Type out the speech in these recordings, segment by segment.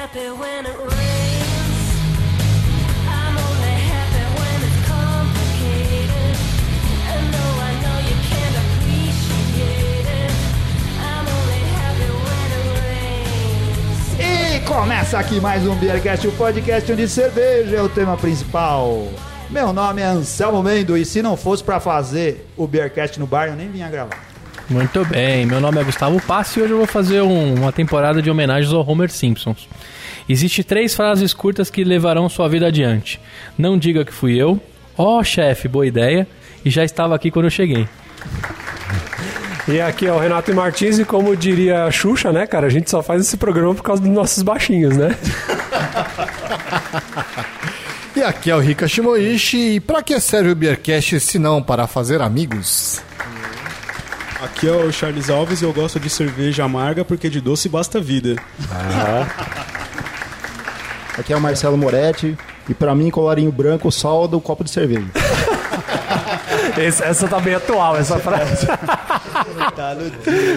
happy when it rains. I'm only happy when it's complicated. And though I know you can't appreciate it, I'm only happy when it rains. E começa aqui mais um Beercast, o podcast onde cerveja é o tema principal. Meu nome é Anselmo Mendo e se não fosse pra fazer o Beercast no bar, eu nem vinha gravar. Muito bem, meu nome é Gustavo Passi e hoje eu vou fazer uma temporada de homenagens ao Homer Simpson. Existem 3 frases curtas que levarão sua vida adiante. Não diga que fui eu. Ó, chefe, boa ideia. E já estava aqui quando eu cheguei. E aqui é o Renato Martins e como diria a Xuxa, né, cara? A gente só faz esse programa por causa dos nossos baixinhos, né? E aqui é o Rika Shimoishi. E pra que serve o Beercast se não para fazer amigos? Aqui é o Charles Alves e eu gosto de cerveja amarga porque de doce basta vida. Aqui é o Marcelo Moretti e pra mim colarinho branco salda o copo de cerveja. Essa tá bem atual, essa frase. Tá no dia.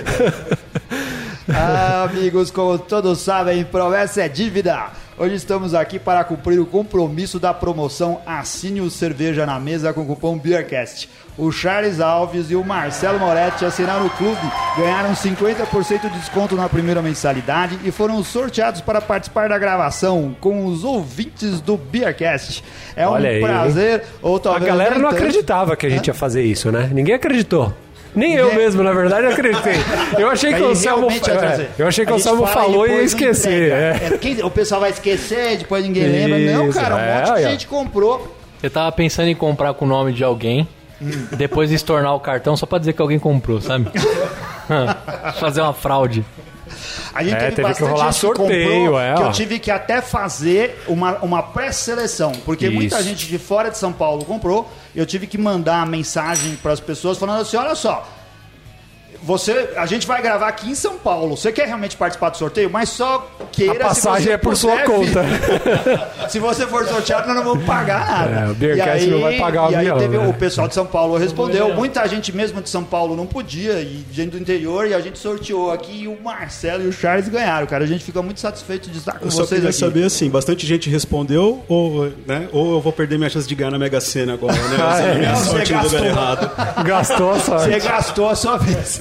Amigos, como todos sabem, promessa é dívida. Hoje estamos aqui para cumprir o compromisso da promoção Assine o Cerveja na Mesa com o cupom BEERCAST. O Charles Alves e o Marcelo Moretti assinaram o clube, ganharam 50% de desconto na primeira mensalidade e foram sorteados para participar da gravação com os ouvintes do BEERCAST. É Olha aí, prazer, ou talvez a galera não tanto. acreditava que a gente ia fazer isso, né? Ninguém acreditou. Nem eu mesmo, na verdade, acreditei. Eu achei que o Anselmo falou e ia esquecer. O pessoal vai esquecer, depois ninguém lembra. Não, cara, um monte de gente comprou. Eu tava pensando em comprar com o nome de alguém, depois estornar o cartão só pra dizer que alguém comprou, sabe? Fazer uma fraude. A gente teve que rolar gente sorteio, comprou, que eu tive que até fazer uma pré-seleção, porque muita gente de fora de São Paulo comprou. Eu tive que mandar mensagem para as pessoas falando assim, olha só, a gente vai gravar aqui em São Paulo, você quer realmente participar do sorteio? Mas só queira... A passagem se você é por puder, sua conta. Se você for sorteado, nós não vamos pagar nada. O Beercast não vai pagar o avião. E aí né? o pessoal de São Paulo respondeu, muita gente mesmo de São Paulo não podia, e gente do interior, e a gente sorteou aqui, e o Marcelo e o Charles ganharam, cara. A gente fica muito satisfeito de estar com vocês aqui. Eu só queria saber, assim, bastante gente respondeu, ou eu vou perder minha chance de ganhar na Mega Sena agora, né? Minha sorte no lugar errado. Gastou a sorte. Você gastou a sua vez.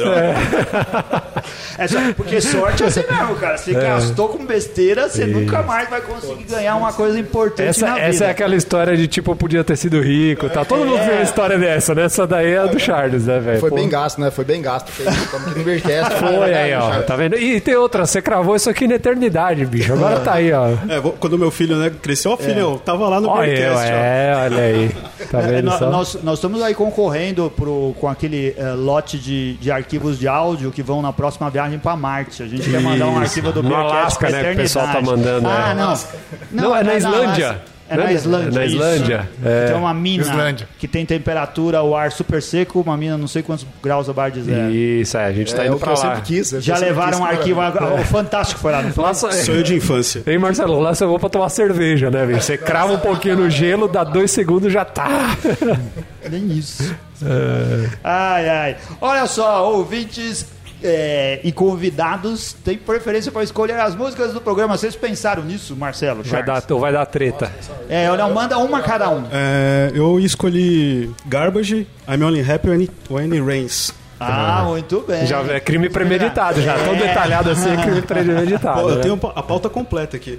Porque sorte é assim mesmo, cara. Você gastou com besteira, você nunca mais vai conseguir ganhar uma coisa importante na vida. Essa é aquela história de tipo, eu podia ter sido rico, tá? Todo mundo tem uma história dessa, né? Essa daí é a do Charles, né, velho? Foi bem gasto, né? Foi bem gasto. Estamos aqui no Beercast. Foi aí, ó. Tá vendo? E tem outra, você cravou isso aqui na eternidade, bicho. Agora tá aí, ó. Quando meu filho, né, cresceu, ó, filho, eu tava lá no Beercast. Olha aí. Tá vendo só? Nós estamos aí concorrendo com aquele lote de arquivos de áudio que vão na próxima viagem pra Marte. A gente quer mandar um arquivo do Beercast Alasca, né? Que o pessoal tá mandando. Não, é na Islândia. É na Islândia. Na Islândia. Tem uma mina que tem temperatura, o ar super seco, uma mina não sei quantos graus abaixo de zero. Isso, a gente tá indo pra lá. Já levaram um arquivo, o Fantástico foi lá, não foi? Sonho de infância. Ei, Marcelo, lá você vai pra tomar cerveja, né, velho? Você crava um pouquinho no gelo, dá 2 segundos já tá. Nem isso. Ai. Olha só, ouvintes... e convidados têm preferência para escolher as músicas do programa. Vocês pensaram nisso, Marcelo? Vai dar treta. Olha, manda uma cada um. Eu escolhi Garbage, I'm Only Happy When It Rains. Muito bem. Já é crime premeditado, já. Tão detalhado assim, é crime premeditado. Pô, eu tenho a pauta completa aqui.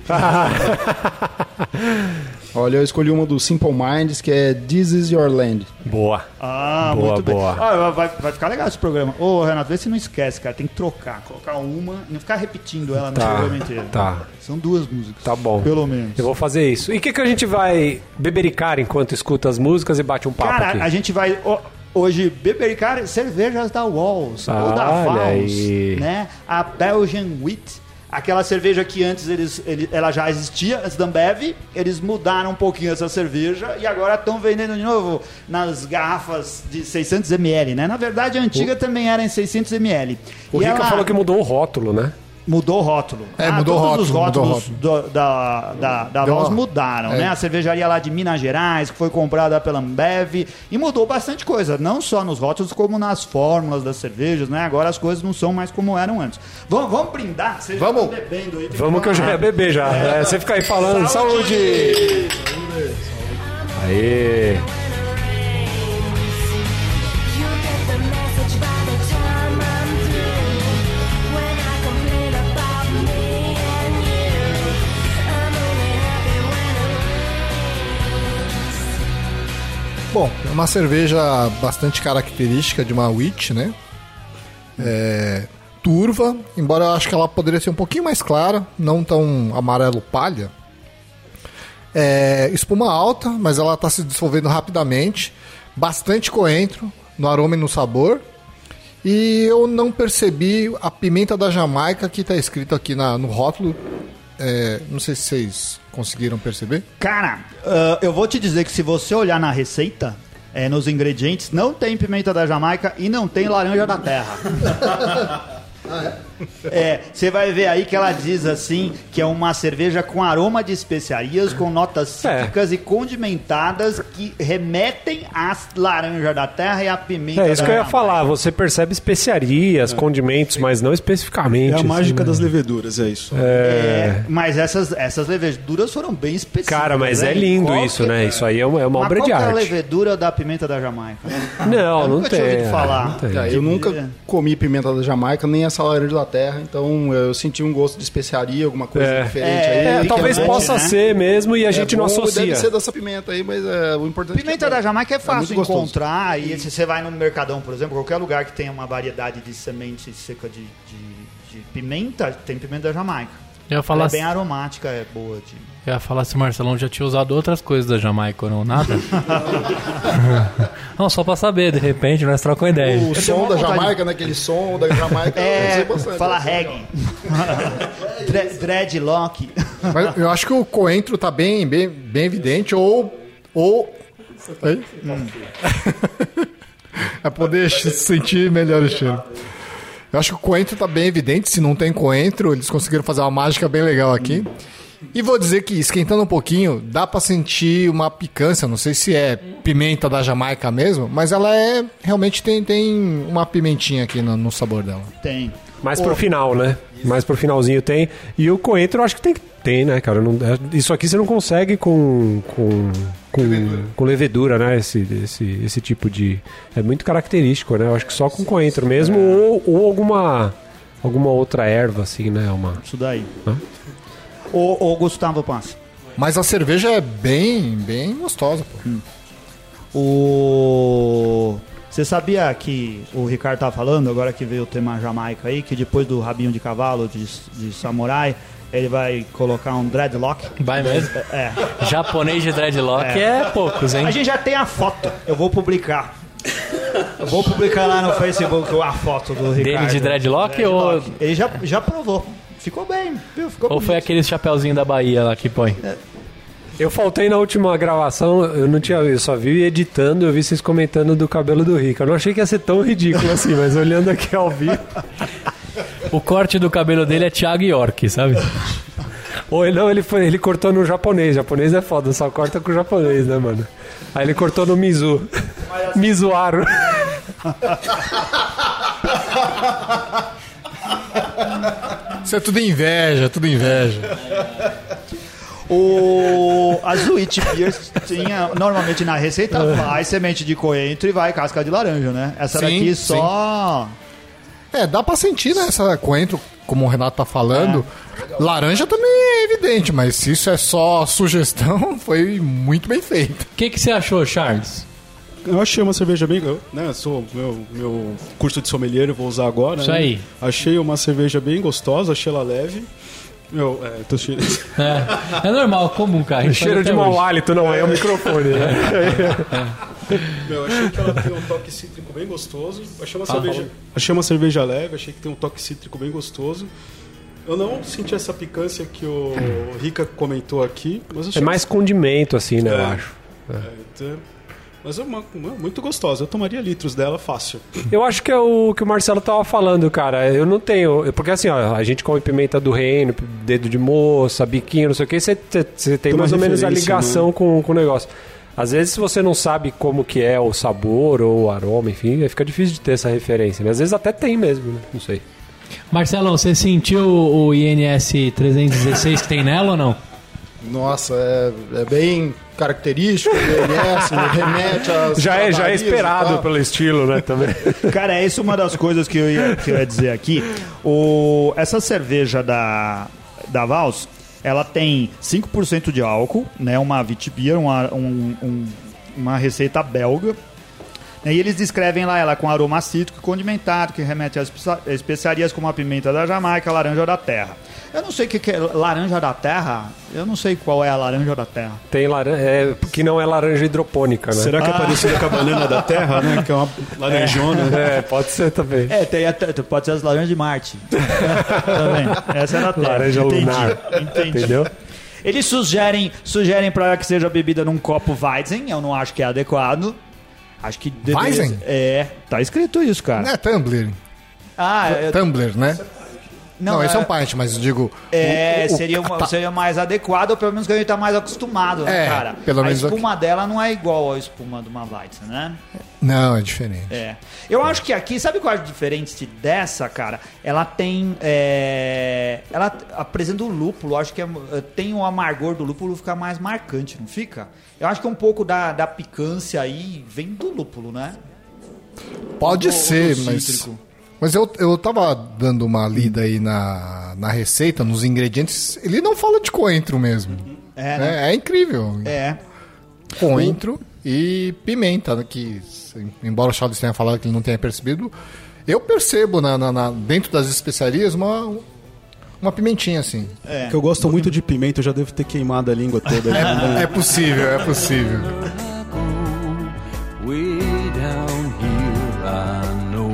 Olha, eu escolhi uma do Simple Minds, que é This Is Your Land. Boa. Muito bem. Vai ficar legal esse programa. Ô, Renato, vê se não esquece, cara. Tem que trocar. Colocar uma e não ficar repetindo ela no programa inteiro. Tá. São 2 músicas. Tá bom. Pelo menos. Eu vou fazer isso. E o que a gente vai bebericar enquanto escuta as músicas e bate um papo aqui? Cara, a gente vai... Hoje, bebericar cervejas da Walls ou da Vals, né? A Belgian Wheat, aquela cerveja que antes ela já existia, antes da Ambev, eles mudaram um pouquinho essa cerveja e agora estão vendendo de novo nas garrafas de 600ml, né? Na verdade, a antiga também era em 600ml. O Rica falou que mudou o rótulo, né? Mudou o rótulo. Mudou o todos rótulo. os rótulos da Voz mudaram, né? A cervejaria lá de Minas Gerais, que foi comprada pela Ambev, e mudou bastante coisa, não só nos rótulos, como nas fórmulas das cervejas, né? Agora as coisas não são mais como eram antes. Vamos brindar? Vocês já estão bebendo aí. Vamos que eu já ia beber já. Você fica aí falando, saúde! Aê! You get the message by the time I'm through. When I complain about me and you, I'm only happy when it rains. Bom, é uma cerveja bastante característica de uma witch, né? Turva, embora eu acho que ela poderia ser um pouquinho mais clara, não tão amarelo palha. Espuma alta, mas ela está se dissolvendo rapidamente. Bastante coentro no aroma e no sabor. E eu não percebi a pimenta da Jamaica que está escrito aqui no rótulo. Não sei se vocês conseguiram perceber. Cara, eu vou te dizer que se você olhar na receita, nos ingredientes, não tem pimenta da Jamaica e não tem laranja da terra. Você vai ver aí que ela diz assim que é uma cerveja com aroma de especiarias, com notas cítricas e condimentadas que remetem às laranja da terra e à pimenta da isso que eu ia falar, você percebe especiarias, condimentos, mas não especificamente. É a mágica assim, das leveduras, é isso. Mas essas leveduras foram bem específicas. Cara, mas né? é lindo isso, né? Isso aí é uma obra de Qual que é a arte. levedura da pimenta da Jamaica? Não nunca tinha tem. ouvido falar. Não tem. Eu nunca comi pimenta da Jamaica, nem essa laranja da terra, então eu senti um gosto de especiaria, alguma coisa diferente aí. que Talvez é bom, possa né? ser mesmo e a gente não bom, associa. Deve ser dessa pimenta aí, mas o importante Pimenta é que da Jamaica é fácil muito de gostoso. encontrar. E se você vai no Mercadão, por exemplo, qualquer lugar que tenha uma variedade de semente seca de pimenta, tem pimenta da Jamaica. Eu ia Ela falar, é bem aromática, é boa. eu ia falar se o Marcelão já tinha usado outras coisas da Jamaica ou não, nada. Não, só pra saber, de repente nós trocamos ideia. O som da Jamaica, né? Aquele som da Jamaica, eu sei bastante. fala reggae. Dreadlock. Mas eu acho que o coentro tá bem evidente, ou... Oi? É poder sentir melhor o cheiro. Eu acho que o coentro tá bem evidente. Se não tem coentro, eles conseguiram fazer uma mágica bem legal aqui. E vou dizer que, esquentando um pouquinho, dá pra sentir uma picância. Não sei se é pimenta da Jamaica mesmo, mas ela realmente tem uma pimentinha aqui no sabor dela. Tem. Mais pro final, né? Mais pro finalzinho tem. E o coentro eu acho que tem, né, cara? Isso aqui você não consegue com levedura, né? Esse tipo de... É muito característico, né? Eu acho que só com coentro mesmo ou alguma outra erva, assim, né? Isso daí. Hã? O Gustavo Passa. Mas a cerveja é bem gostosa, pô. Você sabia que o Ricardo tava falando, agora que veio o tema Jamaica aí, que depois do rabinho de cavalo de samurai, ele vai colocar um dreadlock? Vai mesmo? Japonês de dreadlock é poucos, hein? A gente já tem a foto, eu vou publicar. Eu vou publicar lá no Facebook a foto do Ricardo. Dele de dreadlock ou... Ele já provou. Ficou bem, viu? Ficou Ou foi bonito. aquele chapeuzinho da Bahia lá que põe? Eu faltei na última gravação, eu só vi editando, eu vi vocês comentando do cabelo do Rica. Eu não achei que ia ser tão ridículo assim, mas olhando aqui ao vivo... O corte do cabelo dele é Thiago York, sabe? Ou não, ele cortou no japonês. Japonês é foda, só corta com o japonês, né, mano? Aí ele cortou no Mizu. Mizuaro. Isso é tudo inveja, As Witch Beers tinha, normalmente na receita, vai semente de coentro e vai casca de laranja, né? Essa Sim, daqui só... dá pra sentir, né? Essa coentro, como o Renato tá falando. Laranja também é evidente, mas se isso é só sugestão, foi muito bem feito. O que você achou, Charles? Eu achei uma cerveja bem... sou meu curso de sommelier, eu vou usar agora. Isso aí. Achei uma cerveja bem gostosa, achei ela leve. Tô cheio... É normal, comum, cara. Cheiro de mau hálito, não é o microfone, né? Achei que ela tem um toque cítrico bem gostoso. Achei uma cerveja leve, achei que tem um toque cítrico bem gostoso. Eu não senti essa picância que o Rica comentou aqui, mas achei... É mais condimento, assim, né, eu acho. Mas é muito gostosa. Eu tomaria litros dela fácil. Eu acho que é o que o Marcelo tava falando, cara. Eu não tenho... Porque assim, ó, a gente come pimenta do reino, dedo de moça, biquinho, não sei o que, você tem mais ou menos a ligação, né, com o negócio. Às vezes, se você não sabe como que é o sabor ou o aroma, enfim, fica difícil de ter essa referência, né? Às vezes até tem mesmo, né? Não sei. Marcelo, você sentiu o INS 316 que tem nela ou não? Nossa, é bem característico do INS, remete às... Já é esperado pelo estilo, né, também. Cara, é isso uma das coisas que eu ia dizer aqui. Essa cerveja da Vals, ela tem 5% de álcool, né, uma Witbier, uma receita belga. E eles descrevem lá ela com aroma cítrico e condimentado, que remete às especiarias como a pimenta da Jamaica, a laranja da terra. Eu não sei o que é laranja da terra. Eu não sei qual é a laranja da terra. Tem laranja, que não é laranja hidropônica, né? Será que é parecida com a banana da terra, né? Que é uma laranjona. Pode ser também. Pode ser as laranjas de Marte. Também. Essa é da terra. Laranja lunar. Entendi. Entendeu? Eles sugerem para que seja bebida num copo Weizen. Eu não acho que é adequado. Acho que Weizen? Tá escrito isso, cara. Não é Tumbler. Tumbler, né? Não, esse é um pint, mas eu digo... seria mais adequado, ou pelo menos que a gente tá mais acostumado, né, cara? Pelo menos a espuma dela não é igual à espuma de uma Weizen, né? Não, é diferente. Eu acho que aqui, sabe qual é a diferença dessa, cara? Ela tem... ela apresenta o lúpulo, acho que tem o amargor do lúpulo ficar mais marcante, não fica? Eu acho que um pouco da picância aí vem do lúpulo, né? Pode ser, mas eu tava dando uma lida aí na receita, nos ingredientes, ele não fala de coentro mesmo. Né? É incrível. Coentro e pimenta, né, que embora o Charles tenha falado que ele não tenha percebido, eu percebo dentro das especiarias uma pimentinha assim. Que eu gosto muito de pimenta, eu já devo ter queimado a língua toda. É possível. Way down here, I know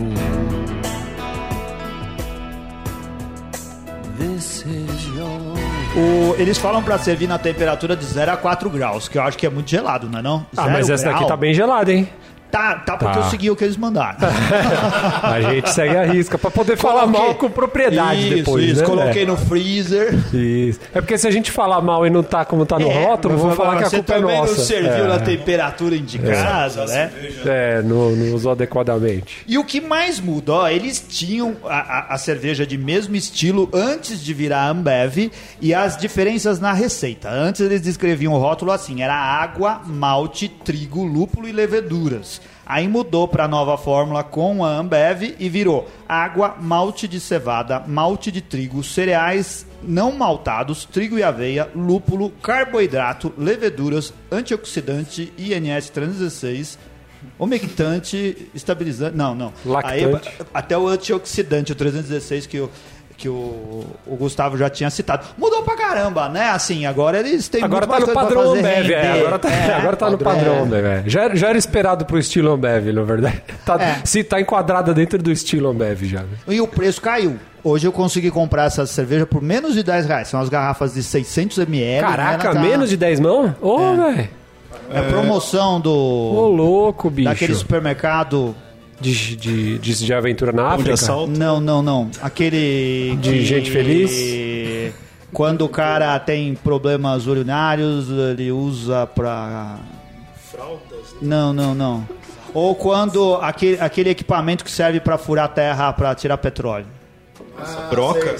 this is your... Eles falam pra servir na temperatura de 0 a 4 graus, que eu acho que é muito gelado, não é não? Mas essa daqui tá bem gelada, hein? Tá porque eu segui o que eles mandaram. A gente segue a risca pra poder falar mal com propriedade depois, Isso, né? Coloquei no freezer. Isso. É porque se a gente falar mal e não tá como tá no rótulo, vou falar que a culpa é nossa. Você também não serviu na temperatura indicada, né? Não usou adequadamente. E o que mais muda, ó, eles tinham a cerveja de mesmo estilo antes de virar Ambev e as diferenças na receita. Antes eles descreviam o rótulo assim, era água, malte, trigo, lúpulo e leveduras. Aí mudou para a nova fórmula com a Ambev e virou água, malte de cevada, malte de trigo, cereais não maltados, trigo e aveia, lúpulo, carboidrato, leveduras, antioxidante, INS 316, umectante, estabilizante... Não. Lactante. Aí, até o antioxidante, o 316 que o Gustavo já tinha citado. Mudou pra caramba, né? Assim, agora eles têm agora muito tá mais no coisa padrão pra fazer Ambev, agora tá no padrão Ambev. Já era esperado pro estilo Ambev, na verdade. Se tá enquadrada dentro do estilo Ambev já. Né? E o preço caiu. Hoje eu consegui comprar essa cerveja por menos de R$10. São as garrafas de 600 ml. Caraca, menos de 10 mão? Velho. É promoção do... Ô, louco, bicho. Daquele supermercado... De aventura na África? Não. Aquele... De gente feliz? Quando o cara tem problemas urinários, ele usa pra... Fraldas? Não. Ou quando aquele equipamento que serve pra furar terra pra tirar petróleo. Broca?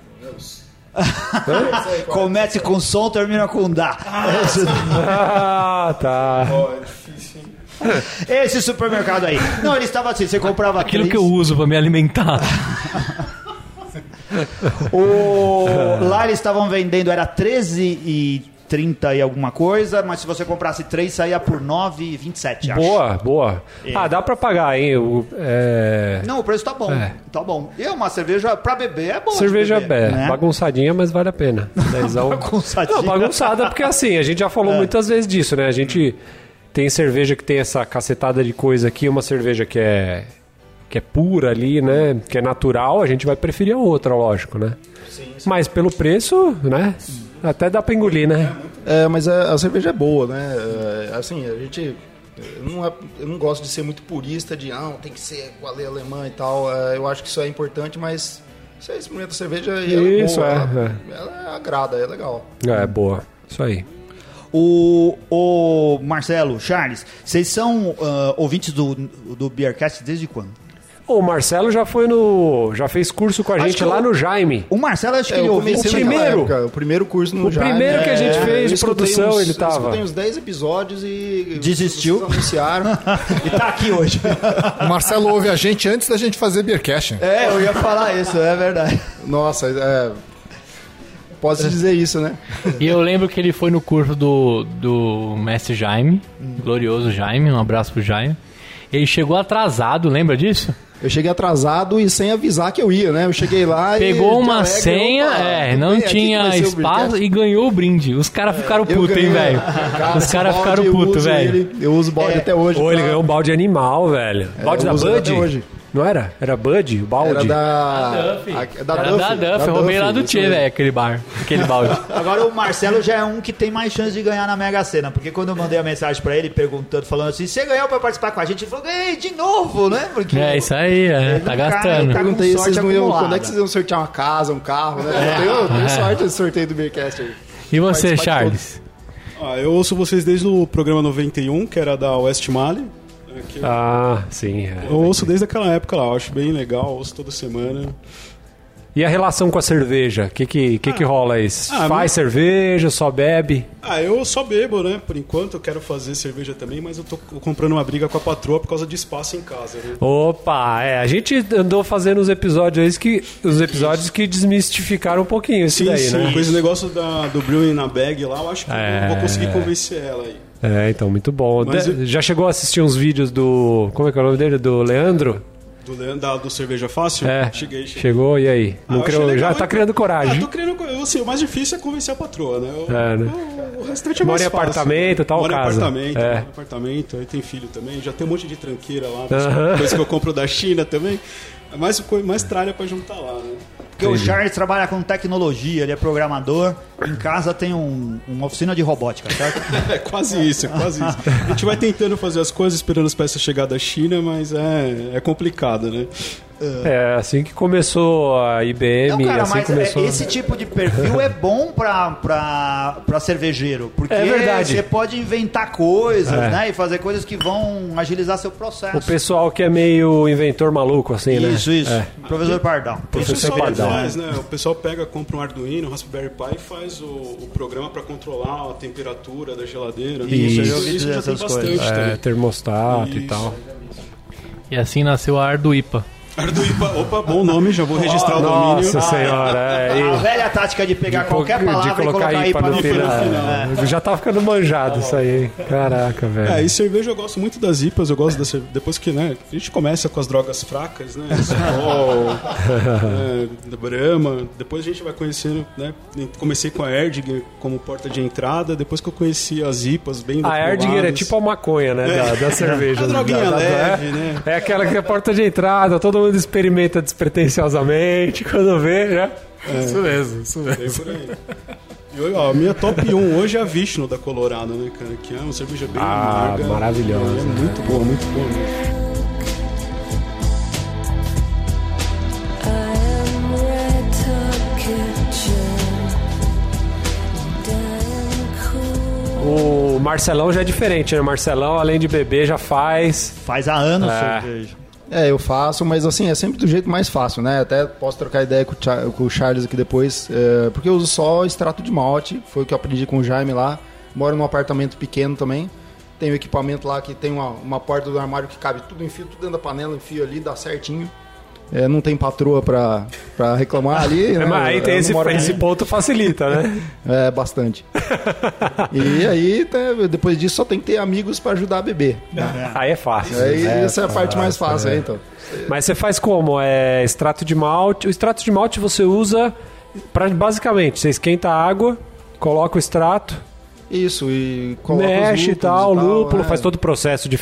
Comece com som, termina com dá. Tá. É difícil, hein? Esse supermercado aí. Não, ele estava assim, você comprava aquilo 3... que eu uso pra me alimentar. Lá eles estavam vendendo, era 13,30 e alguma coisa, mas se você comprasse 3, saía por 9,27, acho. Boa. Dá pra pagar, hein? Não, o preço tá bom. Tá bom. E uma cerveja pra beber é boa. Cerveja beber, né? Bagunçadinha, mas vale a pena. Bagunçadinha. Não, bagunçada porque assim, a gente já falou muitas vezes disso, né? A gente tem cerveja que tem essa cacetada de coisa aqui, uma cerveja que é pura ali, né? Que é natural, a gente vai preferir a outra, lógico, né? Sim. Mas pelo preço, né? Até dá pra engolir, né? Mas a cerveja é boa, né? Assim, a gente Eu não gosto de ser muito purista de, tem que ser com a lei alemã e tal. Eu acho que isso é importante, mas você experimenta a cerveja e Isso, ela é boa. Ela agrada, é legal. É, boa. Isso aí. O Marcelo, Charles, vocês são ouvintes do Beercast desde quando? O Marcelo já fez curso com a gente lá no Jaime. O Marcelo, acho que ele Eu ouviu comecei naquela época, o primeiro curso no Jaime. O primeiro que a gente fez de produção, ele Eu tava. escutei uns 10 episódios e... Desistiu. Vocês anunciaram. E tá aqui hoje. O Marcelo ouve a gente antes da gente fazer Beercast. Eu ia falar isso, é verdade. Nossa, pode-se dizer isso, né? E eu lembro que ele foi no curso do mestre Jaime, glorioso Jaime, um abraço pro Jaime. Ele chegou atrasado, lembra disso? Eu cheguei atrasado e sem avisar que eu ia, né? Eu cheguei lá Pegou e... uma senha, não tinha espaço e ganhou o brinde. Os caras ficaram putos, hein, velho? Os caras ficaram putos, velho. Eu uso balde até hoje. Ele ganhou um balde animal, velho. Balde da Bud? Até hoje. Não era? Era Bud? O balde? Era da Duff, eu roubei lá do Tchê, velho, aquele balde. Agora o Marcelo já é um que tem mais chance de ganhar na Mega Sena, porque quando eu mandei a mensagem pra ele perguntando, falando assim, você ganhou pra participar com a gente? Ele falou, ganhei de novo, né? Porque Isso aí, tá gastando. Perguntei se vocês não iam, acumulada. quando é que vocês iam sortear uma casa, um carro, né? Eu tenho sorte desse sorteio do Beercast aí. E você, Participar de Charles? Eu ouço vocês desde o programa 91, que era da West Mali. Sim. Eu ouço desde aquela época lá, eu acho bem legal, ouço toda semana. E a relação com a cerveja? O que rola aí? Faz cerveja, só bebe? Eu só bebo, né? Por enquanto eu quero fazer cerveja também, mas eu tô comprando uma briga com a patroa por causa de espaço em casa, né? Opa, a gente andou fazendo os episódios que desmistificaram um pouquinho isso daí, né? Com esse negócio do Brewing na bag lá, eu acho que eu vou conseguir convencer ela aí. Então, muito bom. Mas Já chegou a assistir uns vídeos do... Como é que é o nome dele? Do Leandro? Do Cerveja Fácil? Cheguei. Chegou, e aí? Já tá criando coragem. Tô criando... Assim, o mais difícil é convencer a patroa, né? O restante é mais Mora em fácil. apartamento e tal, Mora casa. Mora em apartamento, aí tem filho também. Já tem um monte de tranqueira lá, coisa que eu compro da China também. Mais tralha pra juntar lá, né? Porque o Charles trabalha com tecnologia, ele é programador. Em casa tem uma oficina de robótica, certo? É quase isso. A gente vai tentando fazer as coisas, esperando as peças chegar da China, mas é complicado, né? Assim que começou a IBM, Não, cara, assim mas começou... esse tipo de perfil é bom pra cervejeiro, porque É verdade. você pode inventar coisas, né? E fazer coisas que vão agilizar seu processo. O pessoal que é meio inventor maluco, assim, né? Isso. Professor Pardal. Isso Professor só Pardal. faz, né? O pessoal compra um Arduino, um Raspberry Pi e faz o programa para controlar a temperatura da geladeira. Né? Isso, eu já ouvi Isso dizer já tem essas bastante coisas. também. Termostato e Isso. tal. E assim nasceu a Arduipa. Arduipa, opa, bom nome, já vou registrar o domínio. Nossa senhora, A velha tática de pegar qualquer palavra de e colocar IPA no final. Já tá ficando manjado isso aí, hein? Caraca, velho. E cerveja eu gosto muito das IPAs, eu gosto da cerveja. Depois que, né, a gente começa com as drogas fracas, né? Skol, da Brahma. Depois a gente vai conhecendo, né? Comecei com a Erdinger como porta de entrada, depois que eu conheci as IPAs bem A Erdinger é tipo a maconha, né? Da cerveja. A droguinha leve, né? É aquela que é a porta de entrada, todo mundo experimenta despretensiosamente, quando vê, né? Isso mesmo. Tem por aí. E, a minha top 1 hoje é a Vishnu da Colorado, né, cara? Que é uma cerveja bem amarga. Maravilhosa. É muito boa mesmo. O Marcelão já é diferente, né? O Marcelão, além de beber, já faz. Faz há anos cerveja. Eu faço, mas assim, é sempre do jeito mais fácil, né? Até posso trocar ideia com o Charles aqui depois, porque eu uso só extrato de malte, foi o que eu aprendi com o Jaime lá. Moro num apartamento pequeno também. Tem um equipamento lá que tem uma porta do armário que cabe tudo, enfio tudo dentro da panela, enfio ali, dá certinho. Não tem patroa pra reclamar ali. Né? Mas aí tem esse ponto facilita, né? Bastante. E aí, depois disso, só tem que ter amigos pra ajudar a beber. Aí é fácil. Aí essa é a parte mais fácil, então. Mas você faz como? É extrato de malte. O extrato de malte você usa para basicamente, você esquenta a água, coloca o extrato, isso, e coloca mexe os e tal, lúpulo, né? faz todo o processo de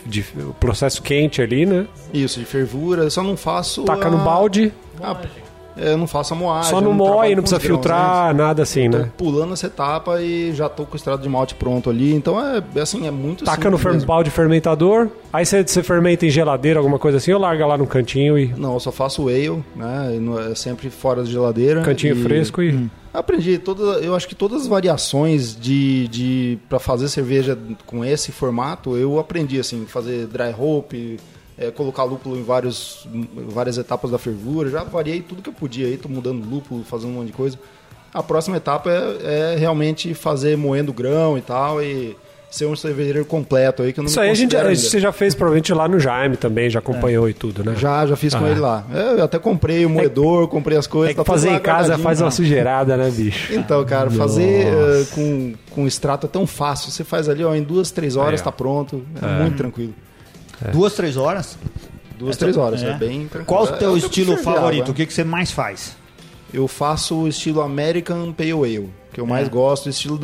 processo quente ali, né? Isso, de fervura. Eu só não faço. Taca no balde. eu não faço a moagem. Só eu não moe, trabalho não com precisa os grãos, filtrar, nada assim, Tô né? pulando essa etapa e já tô com o extrato de malte pronto ali. Então é muito Taca no simples mesmo. balde fermentador, aí você fermenta em geladeira, alguma coisa assim, ou larga lá no cantinho e Não, eu só faço ale, né? É sempre fora da geladeira. cantinho fresco e... Aprendi eu acho que todas as variações para fazer cerveja com esse formato, eu aprendi assim, fazer dry hope, colocar lúpulo em várias etapas da fervura, já variei tudo que eu podia aí, tô mudando lúpulo, fazendo um monte de coisa. A próxima etapa é realmente fazer moendo grão e tal e ser um cervejeiro completo aí que eu não Isso me aí considero ainda. você já fez provavelmente lá no Jaime também, já acompanhou e tudo, né? Já fiz com ele lá. Eu até comprei o moedor, comprei as coisas. É que tá tudo fazer lá em casa guardadinho. faz uma sujeirada, né, bicho? Então, cara, fazer com extrato é tão fácil. Você faz ali, ó, em 2-3 horas Aí, ó. tá pronto. É muito tranquilo. 2-3 horas? 2-3 horas, é bem tranquilo. Qual o teu É estilo tempo de ferver favorito? água, O que você mais faz? Eu faço o estilo American Pale Ale, que eu mais gosto. O estilo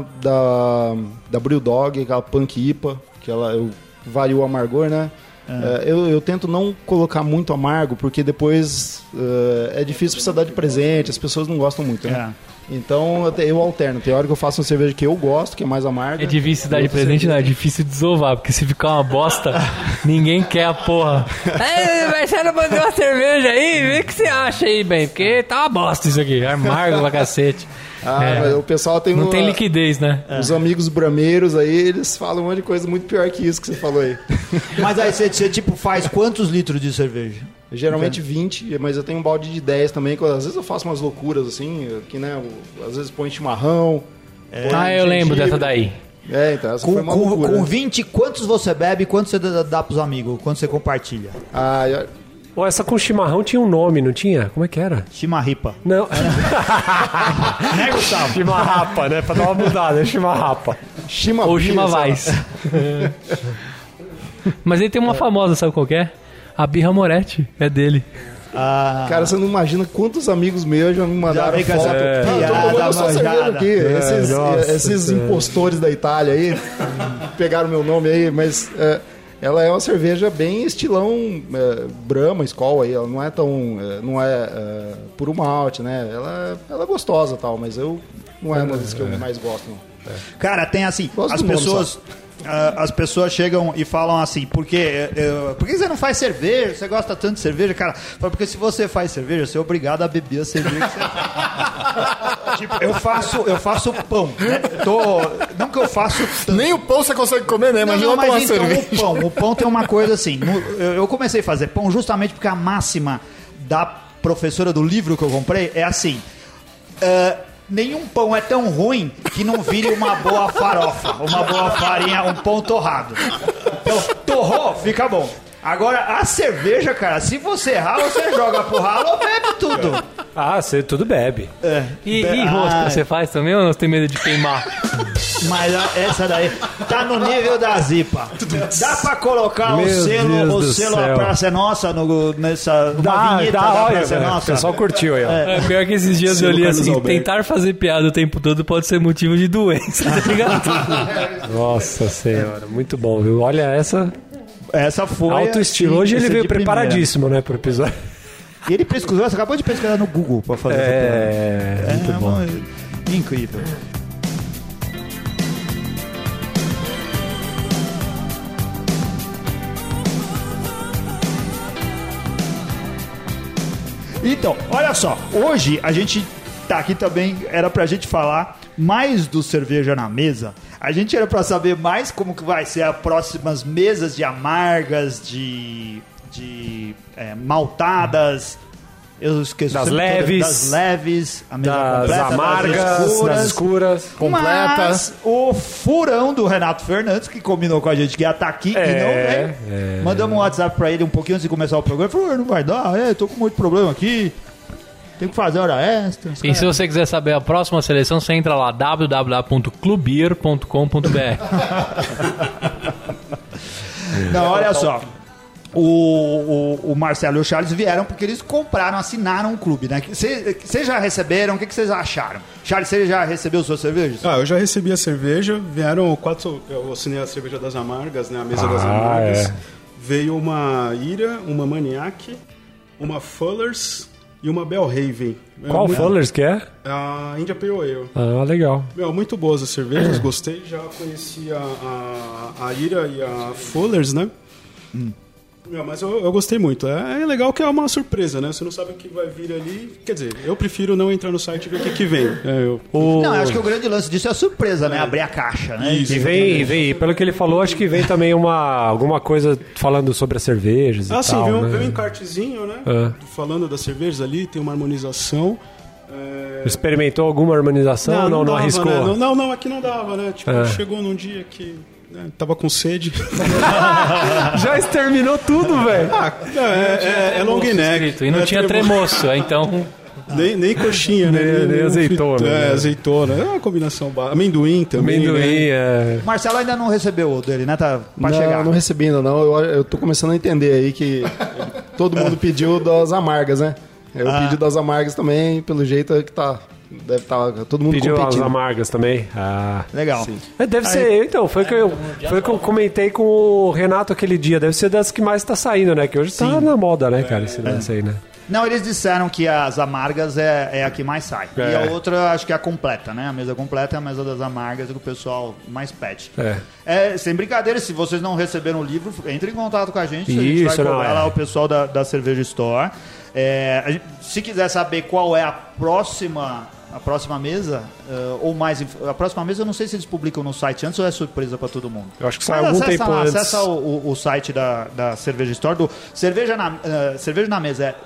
da Brewdog, aquela Punk IPA, que eu vario o amargor, né? Eu tento não colocar muito amargo, porque depois é difícil precisar dar de presente, as pessoas não gostam muito, né? Então eu alterno. Tem hora que eu faço uma cerveja que eu gosto, que é mais amarga. É difícil dar de Outra presente, cerveja- não. É difícil desovar, porque se ficar uma bosta, ninguém quer a porra. Ei, Marcelo mandou uma cerveja aí, vê o que você acha aí, bem. Porque tá uma bosta isso aqui, amargo pra cacete. Mas o pessoal tem Não tem liquidez, né? Os amigos brameiros aí, eles falam um monte de coisa muito pior que isso que você falou aí. Mas aí você tipo faz quantos litros de cerveja? Geralmente 20, mas eu tenho um balde de 10 também, que às vezes eu faço umas loucuras assim, que né, às vezes põe chimarrão. põe Eu lembro gengibre. dessa daí. Então essa foi uma loucura. Com né? 20, quantos você bebe e quantos você dá pros amigos? Quantos você compartilha? Pô, essa com chimarrão tinha um nome, não tinha? Como é que era? Chimarripa. Não. Né, Gustavo? Chimarrapa, né? Pra dar uma mudada, é chimarrapa. Ou Chimavais. Mas ele tem uma famosa, sabe qual que é? A Birra Moretti, é dele. Cara, você não imagina quantos amigos meus já me mandaram vem com foto. essa Tô piada tomando a sua cerveja manjada. aqui. Esses impostores da Itália aí pegaram meu nome aí, mas ela é uma cerveja bem estilão Brahma, Skol aí. Ela não é tão... não é puro malte, né? Ela é gostosa e tal, mas não é uma das que eu mais gosto, não. Cara, tem assim, Gosto as do nome pessoas... as pessoas chegam e falam assim, por que você não faz cerveja? Você gosta tanto de cerveja? Cara, porque se você faz cerveja, você é obrigado a beber a cerveja que você faz. Tipo, eu faço pão, né? Não que eu faço tanto. Nem o pão você consegue comer, né? Imagina tomar mas então cerveja. o pão tem uma coisa assim, eu comecei a fazer pão justamente porque a máxima da professora do livro que eu comprei é assim, nenhum pão é tão ruim que não vire uma boa farofa, uma boa farinha, um pão torrado. Então, torrou, fica bom. Agora, a cerveja, cara, se você errar, você joga pro ralo ou bebe tudo. Você tudo bebe. E rosca você faz também ou não tem medo de queimar? Mas essa daí tá no nível da zipa. Dá pra colocar Meu o selo Deus do A céu. Praça é Nossa nessa uma vinheta da olha, Praça é velho, o Nossa. pessoal curtiu aí, ó. É pior que esses dias eu Selo li Carlos assim, Alberto. tentar fazer piada o tempo todo pode ser motivo de doença, tá ligado? Nossa senhora, muito bom, viu? Olha Essa foi alto estilo. assim, Hoje ele essa veio de primeira. preparadíssimo, né, pro episódio. E ele pesquisou, você acabou de pesquisar no Google pra fazer essa piada. Muito bom. Incrível. Então, olha só, hoje a gente tá aqui também, era pra gente falar mais do Cerveja na Mesa. A gente era pra saber mais como que vai ser as próximas mesas de amargas, de maltadas, eu esqueço Das sempre leves. das leves, a mesa Das completa, amargas, das escuras. Completa. Mas o furão do Renato Fernandes, que combinou com a gente que ia estar aqui e não veio. Mandamos um WhatsApp pra ele um pouquinho antes de começar o programa. Ele falou, não vai dar, tô com muito problema aqui. Tem que fazer hora extra. E se você quiser saber a próxima seleção, você entra lá www.clubeer.com.br. Não, olha só. O Marcelo e o Charles vieram porque eles assinaram um clube, né? Vocês já receberam? O que vocês acharam? Charles, você já recebeu suas cervejas? Eu já recebi a cerveja, vieram 4, eu assinei a cerveja das amargas, né, a mesa das amargas. Veio uma Ira, uma Maniac, uma Fullers e uma Bellhaven. Qual Fullers que é? A India Pale Ale. Ah, legal. Muito boas as cervejas, gostei. Já conhecia a Ira e a Fullers, né? Mas eu gostei muito. É legal que é uma surpresa, né? Você não sabe o que vai vir ali. Quer dizer, eu prefiro não entrar no site e ver o que vem. Não, eu acho que o grande lance disso é a surpresa, né? Abrir a caixa, né? Isso. E vem, pelo que ele falou, acho que vem também alguma coisa falando sobre as cervejas e sim, tal, veio né? um encartezinho, né? Falando das cervejas ali, tem uma harmonização. Experimentou alguma harmonização? Não dava, arriscou? Né? Não, aqui não dava, né? Tipo, chegou num dia que tava com sede. Já exterminou tudo, velho. É long neck. E não tinha tremoço, então... Nem coxinha, né? Nem azeitona. Azeitona. É uma combinação. Amendoim também. Amendoim, né? Marcelo ainda não recebeu o dele, né? Tá pra chegar. Não recebi ainda não. Eu tô começando a entender aí que todo mundo pediu das amargas, né? Eu pedi das amargas também, pelo jeito é que tá. Deve estar todo mundo pediu competindo. as amargas também. Legal. Sim. Deve ser, então, foi o que eu comentei com o Renato aquele dia. Deve ser das que mais tá saindo, né? Que hoje tá na moda, né, cara? Esse lance aí, né? Não, eles disseram que as amargas é a que mais sai. E a outra, acho que é a completa, né? A mesa completa é a mesa das amargas que o pessoal mais pede. Sem brincadeira, se vocês não receberam o livro, entre em contato com a gente. A gente vai cobrar lá o pessoal da Cerveja Store. Se quiser saber qual é a próxima mesa, ou mais... A próxima mesa eu não sei se eles publicam no site antes ou é surpresa para todo mundo. Eu acho que sai algum tempo antes. Acessa o site da Cerveja Store, do Cerveja na Mesa, é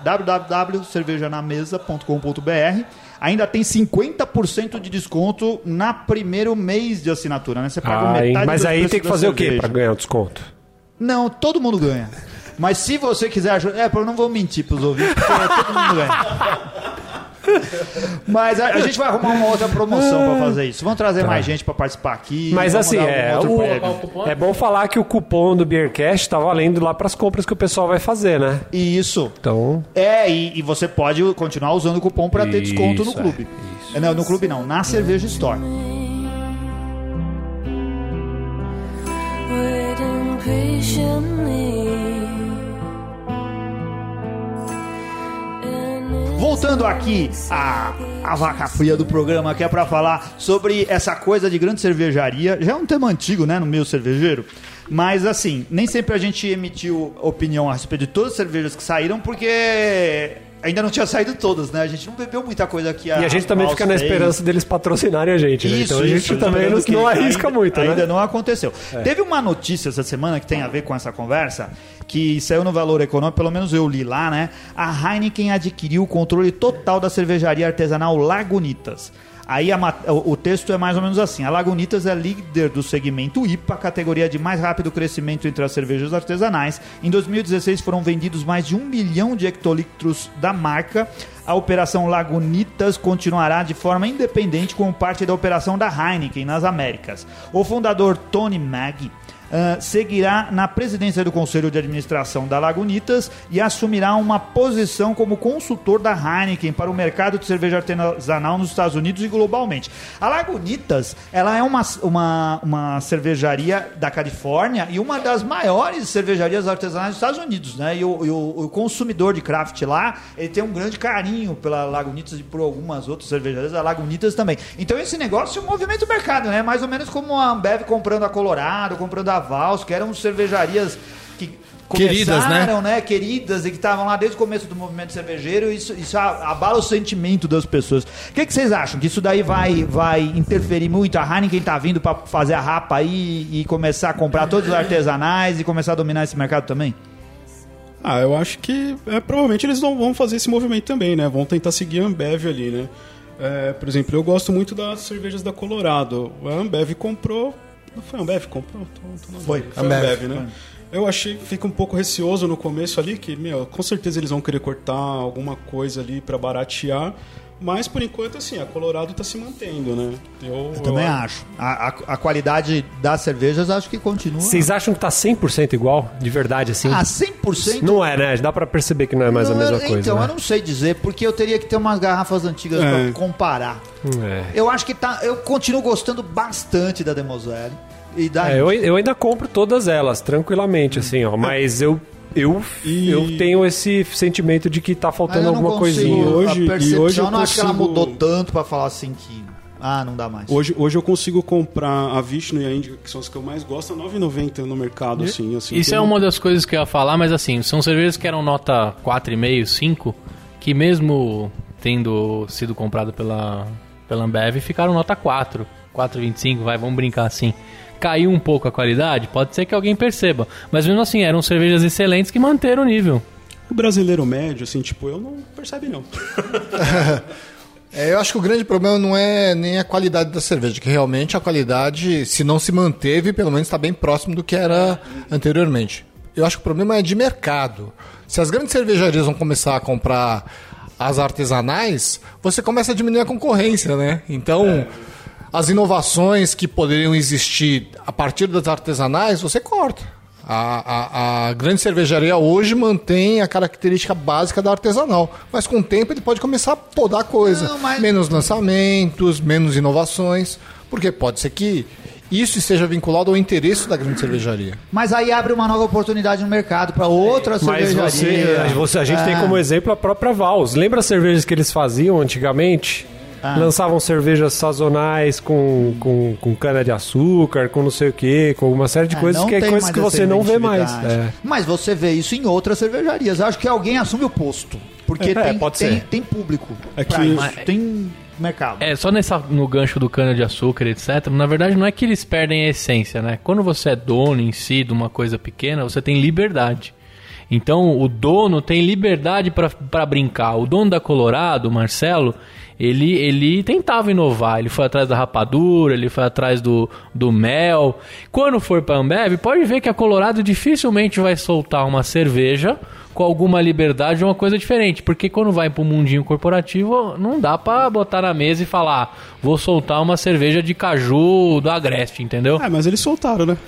www.cervejanamesa.com.br. Ainda tem 50% de desconto na primeiro mês de assinatura, né? Você paga metade. Mas do aí preço tem que da fazer cerveja. o quê para ganhar o desconto? Não, todo mundo ganha. Mas se você quiser ajudar... eu não vou mentir pros ouvintes, porque todo mundo ganha. Mas a gente vai arrumar uma outra promoção pra fazer isso. Vamos trazer mais gente pra participar aqui. Mas assim, é bom falar que o cupom do Beercast tá valendo lá pras compras que o pessoal vai fazer, né? Isso. Então... E você pode continuar usando o cupom pra ter desconto no clube. Não, no clube não, na Cerveja Store. Waiting patiently. Voltando aqui a vaca fria do programa, que é pra falar sobre essa coisa de grande cervejaria. Já é um tema antigo, né, no meio cervejeiro. Mas, assim, nem sempre a gente emitiu opinião a respeito de todas as cervejas que saíram, porque ainda não tinha saído todas, né? A gente não bebeu muita coisa aqui. E a gente também fica na esperança deles patrocinarem a gente, né? Então a gente também não arrisca muito, né? Ainda não aconteceu. Teve uma notícia essa semana que tem a ver com essa conversa, que saiu no Valor Econômico, pelo menos eu li lá, né? A Heineken adquiriu o controle total da cervejaria artesanal Lagunitas. Aí o texto é mais ou menos assim: a Lagunitas é líder do segmento IPA, categoria de mais rápido crescimento entre as cervejas artesanais. Em 2016 foram vendidos mais de 1 milhão de hectolitros da marca. A operação Lagunitas continuará de forma independente como parte da operação da Heineken nas Américas. O fundador Tony Maggi seguirá na presidência do Conselho de Administração da Lagunitas e assumirá uma posição como consultor da Heineken para o mercado de cerveja artesanal nos Estados Unidos e globalmente. A Lagunitas, ela é uma cervejaria da Califórnia e uma das maiores cervejarias artesanais dos Estados Unidos, né? E o consumidor de craft lá, ele tem um grande carinho pela Lagunitas e por algumas outras cervejarias, a Lagunitas também. Então esse negócio é um movimento do mercado, né? Mais ou menos como a Ambev comprando a Colorado, comprando a Vals, que eram cervejarias que começaram, né? Queridas, e que estavam lá desde o começo do movimento cervejeiro. Isso abala o sentimento das pessoas. O que vocês acham? Que isso daí vai interferir muito? A Heineken tá vindo para fazer a rapa aí e começar a comprar todos os artesanais e começar a dominar esse mercado também? Eu acho que provavelmente eles vão fazer esse movimento também, né? Vão tentar seguir a Ambev ali, né? Por exemplo, eu gosto muito das cervejas da Colorado. A Ambev comprou... Não foi a Ambev que comprou? Foi a Ambev, né? Eu fico um pouco receoso no começo ali, que, com certeza eles vão querer cortar alguma coisa ali pra baratear, mas por enquanto, assim, a Colorado tá se mantendo, né? Eu também acho. A qualidade das cervejas acho que continua. Vocês acham que tá 100% igual? De verdade, assim? 100%? Não é, né? Dá pra perceber que não é mais a mesma coisa. Então, né? Eu não sei dizer, porque eu teria que ter umas garrafas antigas pra comparar. Eu acho que eu continuo gostando bastante da Demoiselle. Eu ainda compro todas elas, tranquilamente, assim, ó. Mas eu Eu tenho esse sentimento de que tá faltando alguma coisinha. Hoje- A percepção, hoje eu eu não acho que ela consigo- mudou tanto pra falar assim que... não dá mais. Hoje eu consigo comprar a Vishnu e a Indica, que são as que eu mais gosto, a R$ 9,90 no mercado, assim. Isso tem é uma das coisas que eu ia falar, mas assim, são cervejas que eram nota 4,5, 5, que mesmo tendo sido comprado pela Ambev, ficaram nota 4, 4,25, vamos brincar assim. Caiu um pouco a qualidade, pode ser que alguém perceba, mas mesmo assim, eram cervejas excelentes que manteram o nível. O brasileiro médio, assim, tipo, eu não percebe não. Eu acho que o grande problema não é nem a qualidade da cerveja, que realmente a qualidade, se não se manteve, pelo menos está bem próximo do que era anteriormente. Eu acho que o problema é de mercado. Se as grandes cervejarias vão começar a comprar as artesanais, você começa a diminuir a concorrência, né? Então, as inovações que poderiam existir a partir das artesanais, você corta. A grande cervejaria hoje mantém a característica básica da artesanal, mas com o tempo ele pode começar a podar coisa. Não, mas- Menos lançamentos, menos inovações, porque pode ser que isso esteja vinculado ao interesse da grande cervejaria. Mas aí abre uma nova oportunidade no mercado pra outra Mas cervejaria. a gente tem como exemplo a própria Vals. Lembra as cervejas que eles faziam antigamente? Lançavam cervejas sazonais com cana-de-açúcar, com não sei o que, com uma série de coisas não que é tem coisas mais que essa você não vê mais. inventividade. Mas você vê isso em outras cervejarias. Eu acho que alguém assume o posto. Porque pode ser. tem público. É pra que- isso. Tem mercado. Só no gancho do cana-de-açúcar, etc. Na verdade, não é que eles perdem a essência, né? Quando você é dono em si de uma coisa pequena, você tem liberdade. Então, o dono tem liberdade para brincar. O dono da Colorado, o Marcelo, ele tentava inovar. Ele foi atrás da rapadura, ele foi atrás do mel. Quando for para a Ambev, pode ver que a Colorado dificilmente vai soltar uma cerveja com alguma liberdade ou uma coisa diferente. Porque quando vai pro mundinho corporativo, não dá pra botar na mesa e falar, vou soltar uma cerveja de caju do Agreste, entendeu? Mas eles soltaram, né?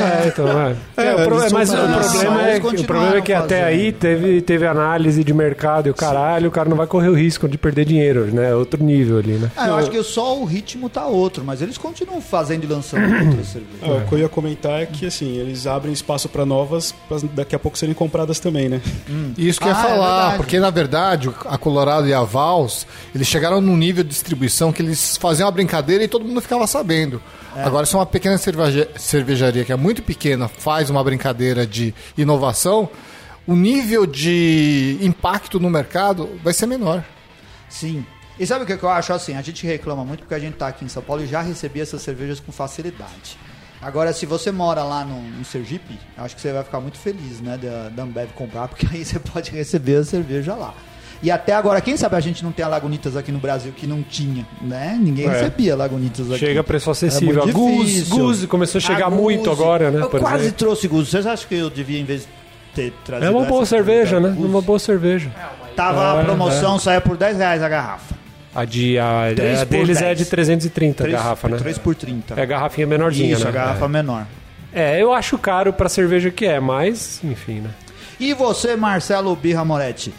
Mas eles o problema é que até fazendo. aí teve análise de mercado e o caralho, o cara não vai correr o risco de perder dinheiro, né? Outro nível ali, né? Eu acho que só o ritmo tá outro, mas eles continuam fazendo e lançando outras cervejas. O que eu ia comentar é que, assim, eles abrem espaço para novas, pra daqui a pouco serem compradas também, né? Isso que eu ia É falar, verdade. porque na verdade a Colorado e a Vals, eles chegaram num nível de distribuição que eles faziam uma brincadeira e todo mundo ficava sabendo. Agora, se uma pequena cervejaria que é muito pequena faz uma brincadeira de inovação, o nível de impacto no mercado vai ser menor. Sim. E sabe o que eu acho? Assim, a gente reclama muito porque a gente tá aqui em São Paulo e já recebia essas cervejas com facilidade. Agora, se você mora lá no Sergipe, acho que você vai ficar muito feliz, né, da Ambev comprar, porque aí você pode receber a cerveja lá. E até agora, quem sabe a gente não tem a Lagunitas aqui no Brasil que não tinha, né? Ninguém recebia Lagunitas aqui. Chega a preço Era acessível. A muito difícil. Guzi começou a chegar A muito Guzi. agora, né? Eu por quase exemplo. trouxe Guzi. Vocês acham que eu devia, em vez de ter trazido É uma boa essa, cerveja, né? Guzi? Uma boa cerveja. Tava a promoção, saia por R$10 a garrafa. A Três por deles 10. é de 330 a garrafa, né? 3 por 30. É a garrafinha menorzinha, Isso, né? a garrafa menor. Eu acho caro pra cerveja que é, mas, enfim, né? E você, Marcelo Birra Moretti?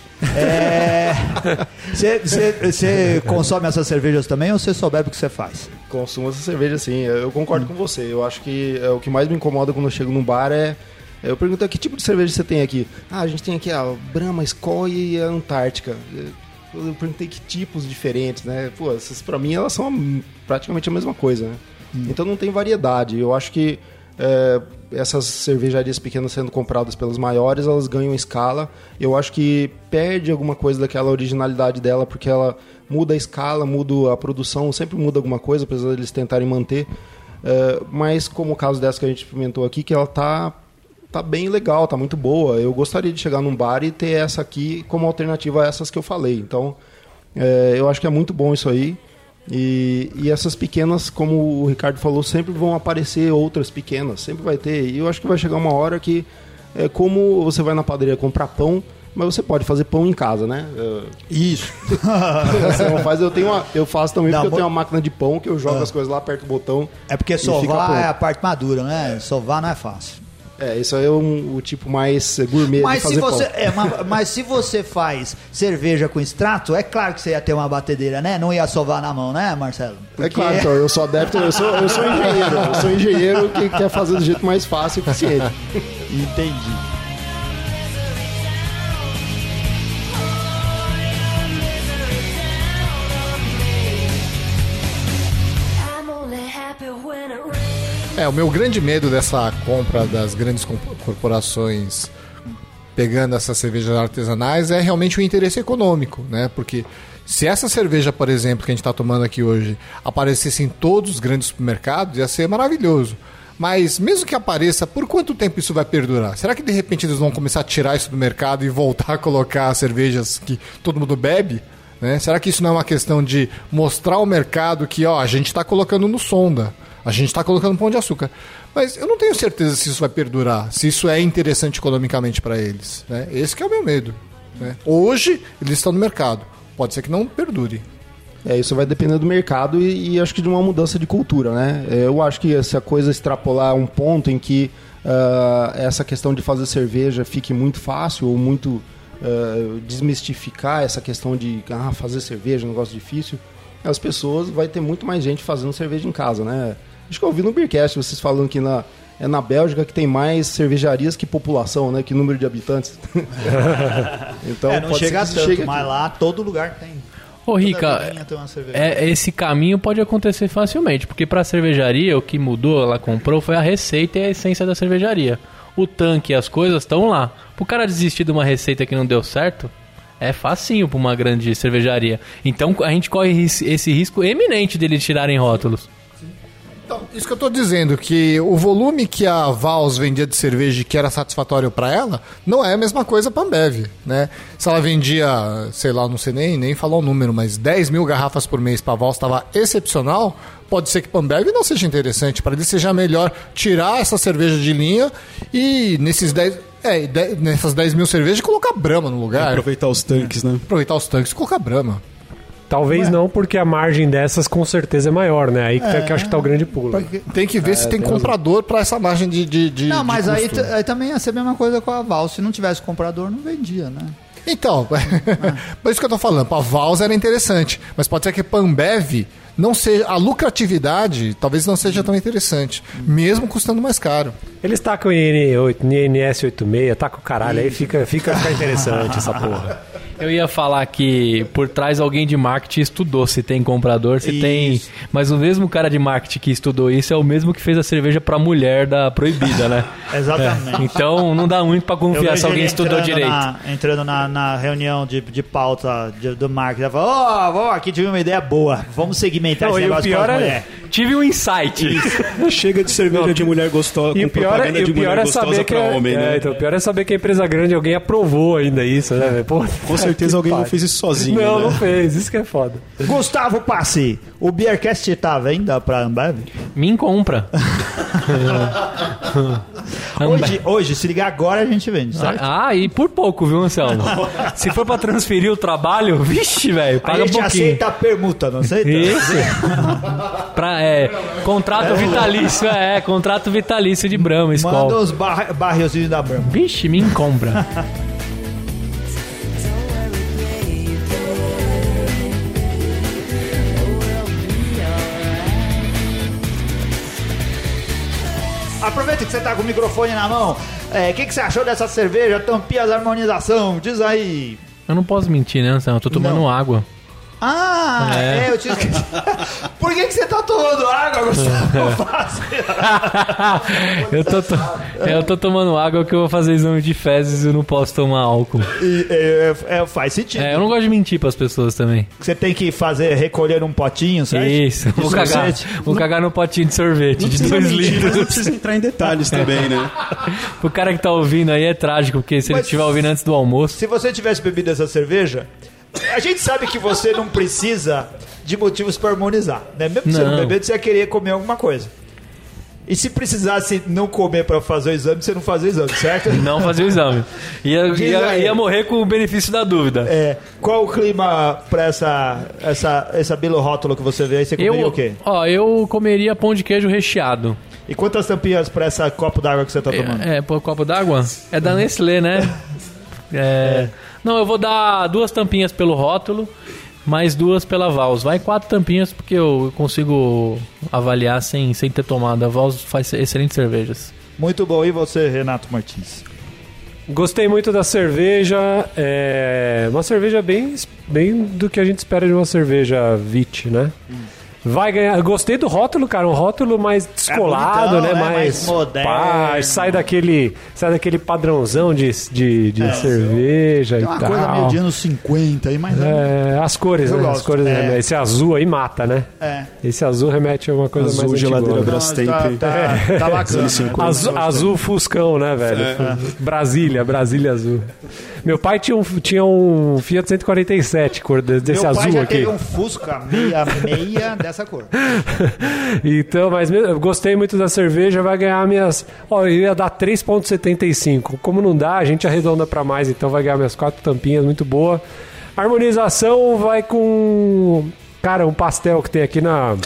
Você consome essas cervejas também ou você só bebe o que você faz? Consumo essa cerveja, sim. Eu concordo com você. Eu acho que o que mais me incomoda quando eu chego num bar é... Eu pergunto, que tipo de cerveja você tem aqui? A gente tem aqui a Brahma, Skol e a Antártica. Eu perguntei que tipos diferentes, né? Pô, essas pra mim elas são praticamente a mesma coisa, né? Então não tem variedade. Eu acho que essas cervejarias pequenas sendo compradas pelas maiores, elas ganham escala. Eu acho que perde alguma coisa daquela originalidade dela, porque ela muda a escala, muda a produção, sempre muda alguma coisa, apesar deles tentarem manter. Mas como o caso dessa que a gente experimentou aqui, que ela tá bem legal, tá muito boa. Eu gostaria de chegar num bar e ter essa aqui como alternativa a essas que eu falei. Então, eu acho que é muito bom isso aí. E essas pequenas, como o Ricardo falou, sempre vão aparecer outras pequenas. Sempre vai ter. E eu acho que vai chegar uma hora que, como você vai na padaria comprar pão, mas você pode fazer pão em casa, né? Isso. Você não faz, eu faço também, Não, porque eu tenho uma máquina de pão que eu jogo as coisas lá, aperto o botão. É porque fica sovar pronto. é a parte madura, né? Sovar não é fácil. Isso aí é o tipo mais gourmet Mas de fazer se você, pão. mas se você faz cerveja com extrato, é claro que você ia ter uma batedeira, né? Não ia sovar na mão, né, Marcelo? É claro, então, eu sou adepto, eu sou engenheiro. Eu sou engenheiro que quer fazer do jeito mais fácil e eficiente. Entendi. O meu grande medo dessa compra das grandes corporações pegando essas cervejas artesanais é realmente o interesse econômico, né? Porque se essa cerveja, por exemplo, que a gente está tomando aqui hoje, aparecesse em todos os grandes supermercados, ia ser maravilhoso. Mas mesmo que apareça, por quanto tempo isso vai perdurar? Será que de repente eles vão começar a tirar isso do mercado e voltar a colocar cervejas que todo mundo bebe? Né? Será que isso não é uma questão de mostrar ao mercado que a gente está colocando no sonda, a gente está colocando pão de açúcar? Mas eu não tenho certeza se isso vai perdurar, se isso é interessante economicamente para eles. Né? Esse que é o meu medo. Né? Hoje eles estão no mercado, pode ser que não perdure. Isso vai depender do mercado e acho que de uma mudança de cultura, né? Eu acho que se a coisa extrapolar um ponto em que essa questão de fazer cerveja fique muito fácil ou muito desmistificar essa questão de fazer cerveja é um negócio difícil, as pessoas, vai ter muito mais gente fazendo cerveja em casa, né? Acho que eu ouvi no Beercast vocês falando que na Bélgica que tem mais cervejarias que população, né? Que número de habitantes. Então, não chega tanto, mas lá todo lugar tem. Ô, Rica, esse caminho pode acontecer facilmente, porque para a cervejaria, o que mudou, ela comprou, foi a receita e a essência da cervejaria. O tanque e as coisas estão lá. Pro cara desistir de uma receita que não deu certo, é facinho para uma grande cervejaria. Então a gente corre esse risco eminente deles tirarem rótulos. Então, isso que eu estou dizendo, que o volume que a Vals vendia de cerveja e que era satisfatório para ela, não é a mesma coisa para a Ambev, né? Se ela vendia, sei lá, não sei nem falar o número, mas 10 mil garrafas por mês para a Vals estava excepcional, pode ser que para a Ambev não seja interessante, para ele seja melhor tirar essa cerveja de linha e nessas 10 mil cervejas colocar Brahma no lugar. Aproveitar os tanques, né? Aproveitar os tanques e colocar Brahma. Talvez não, porque a margem dessas com certeza é maior, né? Aí que eu acho que tá o grande pulo. Tem que ver se tem comprador para essa margem de Não, mas de aí custo. também ia ser a mesma coisa com a Vals. Se não tivesse comprador, não vendia, né? Então, mas isso que eu tô falando, para a Vals era interessante, mas pode ser que para a Ambev não seja, a lucratividade talvez não seja tão interessante, mesmo custando mais caro. Eles tacam em NS86, tacam o caralho, aí fica interessante essa porra. Eu ia falar que por trás alguém de marketing estudou se tem comprador, se tem... Mas o mesmo cara de marketing que estudou isso é o mesmo que fez a cerveja pra mulher da proibida, né? Exatamente. Então não dá muito pra confiar se alguém estudou direito. Entrando na reunião de pauta do marketing, ele falou, aqui tive uma ideia boa, vamos segmentar esse negócio para as mulheres. Tive um insight. Chega de cerveja de mulher gostosa, com propaganda de mulher gostosa pra homem, né? Então, o pior é saber que a empresa grande, alguém aprovou ainda isso, né? Pô, com certeza alguém não fez isso sozinho. Não, né? não fez. Isso que é foda. Gustavo Passi, o Beercast tá à venda pra Ambev? Me compra. Hoje, se ligar agora, a gente vende, certo? E por pouco, viu, Anselmo? Se for pra transferir o trabalho, vixe, velho, paga a gente pouquinho. aceita a permuta, não aceita? Isso. Contrato vitalício, contrato vitalício de Brahma, Skol. Manda os barrilzinhos da Brahma. Vixe, me compra. Aproveita que você tá com o microfone na mão. O que você achou dessa cerveja? Tampinhas Harmonização, diz aí. Eu não posso mentir, né, Anselmo? Eu tô tomando água. Eu tinha esquecido. Por que você tá tomando água, Gustavo? Eu tô tomando água porque eu vou fazer exame de fezes e eu não posso tomar álcool. Faz sentido. Eu não gosto de mentir pras pessoas também. Você tem que recolher um potinho, certo? Isso. Vou cagar no potinho de sorvete de 2 litros. Não precisa entrar em detalhes também, né? O cara que tá ouvindo aí é trágico, porque se ele estiver ouvindo antes do almoço... Se você tivesse bebido essa cerveja... A gente sabe que você não precisa de motivos para harmonizar, né? Mesmo você não bebendo, você ia querer comer alguma coisa. E se precisasse não comer para fazer o exame, você não fazia o exame, certo? Não fazia o exame. Ia morrer com o benefício da dúvida. Qual o clima para essa belo rótulo que você vê aí? Você comeria o quê? Eu comeria pão de queijo recheado. E quantas tampinhas para essa copo d'água que você tá tomando? Copo d'água? É da Nestlé, né? Não, eu vou dar 2 tampinhas pelo rótulo, mais 2 pela Vals. Vai 4 tampinhas porque eu consigo avaliar sem ter tomado. A Vals faz excelentes cervejas. Muito bom. E você, Renato Martins? Gostei muito da cerveja. Uma cerveja bem do que a gente espera de uma cerveja Vit, né? Vai ganhar. Eu gostei do rótulo, cara. Um rótulo mais descolado, bonitão, né? né? Mais moderno. Sai daquele padrãozão de cerveja Tem e uma tal. coisa meio de anos 50 aí, mas... As cores, Eu né? As gosto. cores esse azul aí mata, né? É. Esse azul remete a uma coisa Azul, mais geladeira antigona. Brastemp. Tá bacana. Azul Fuscão, né, velho? Brasília azul. Meu pai tinha um Fiat 147, cor desse Meu azul pai já aqui. teve um Fusca meia dessa cor. Então, mas eu gostei muito da cerveja, vai ganhar minhas... Ó, eu ia dar 3,75. Como não dá, a gente arredonda pra mais, então vai ganhar minhas 4 tampinhas, muito boa. A harmonização vai com... Cara, um pastel que tem aqui Aqui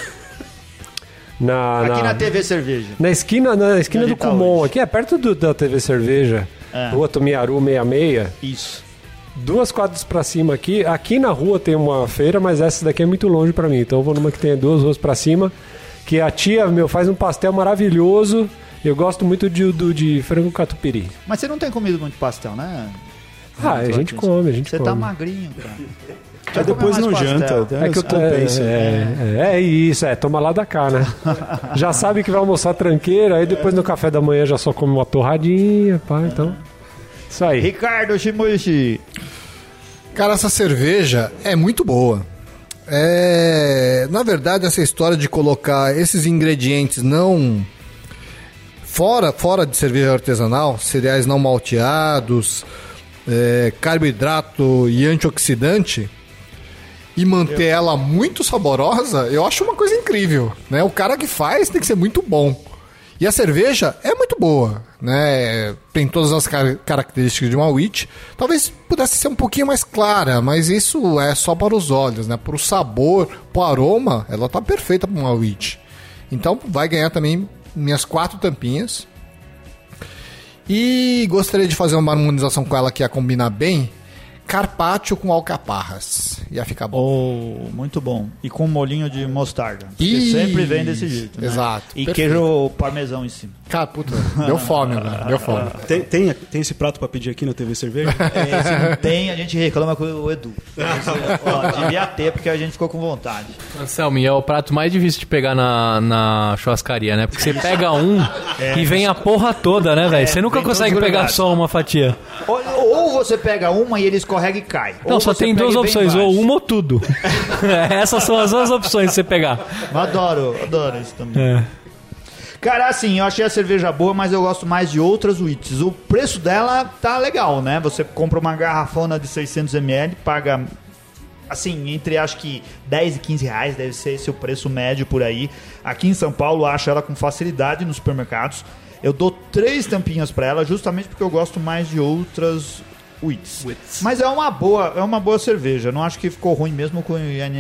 na TV Cerveja. Na esquina Onde do tá Kumon, hoje? aqui é perto da TV Cerveja. Rua Tomiaru 66. Isso. 2 quadras pra cima aqui. Aqui na rua tem uma feira, mas essa daqui é muito longe pra mim. Então eu vou numa que tem 2 ruas pra cima. Que a tia, faz um pastel maravilhoso. Eu gosto muito de frango catupiry. Mas você não tem comido muito pastel, né? A gente come, Você tá magrinho, cara. Aí depois não janta. É que eu tô. É isso, toma lá da cá, né? Já sabe que vai almoçar tranqueira, aí depois no café da manhã já só come uma torradinha, pá, então. Isso aí. Ricardo Shimuishi. Cara, essa cerveja é muito boa. Na verdade, essa história de colocar esses ingredientes não... Fora de cerveja artesanal, cereais não malteados, carboidrato e antioxidante, e manter ela muito saborosa, eu acho uma coisa incrível, né? O cara que faz tem que ser muito bom. E a cerveja é muito boa, né? Tem todas as características de uma wheat. Talvez pudesse ser um pouquinho mais clara, mas isso é só para os olhos, né? Para o sabor, para o aroma, ela tá perfeita para uma wheat. Então vai ganhar também minhas 4 tampinhas. E gostaria de fazer uma harmonização com ela que ia combinar bem. Carpaccio com alcaparras. Ia ficar bom. Muito bom. E com um molhinho de mostarda. Que Isso. sempre vem desse jeito, né? Exato. E Perfeito. queijo parmesão em cima. Cara, puta, deu fome, velho. Deu fome. Tem esse prato pra pedir aqui na TV Cerveja? Se não tem, a gente reclama com o Edu. Devia ter, porque a gente ficou com vontade. Anselmo, e é o prato mais difícil de pegar na churrascaria, né? Porque você pega um e vem a porra toda, né, velho? Você nunca vem consegue todos pegar grudados. só uma fatia. Ou você pega uma e ele escorrega e cai. Não, ou só você tem pega 2 e vem opções, embaixo. ou uma ou tudo. Essas são as 2 opções de você pegar. Adoro isso também. Cara, assim, eu achei a cerveja boa, mas eu gosto mais de outras wheats. O preço dela tá legal, né? Você compra uma garrafona de 600ml, paga, assim, entre acho que 10 e 15 reais, deve ser esse o preço médio por aí. Aqui em São Paulo, acho ela com facilidade nos supermercados. Eu dou 3 tampinhas pra ela, justamente porque eu gosto mais de outras wheats. Mas é uma boa cerveja. Não acho que ficou ruim mesmo com o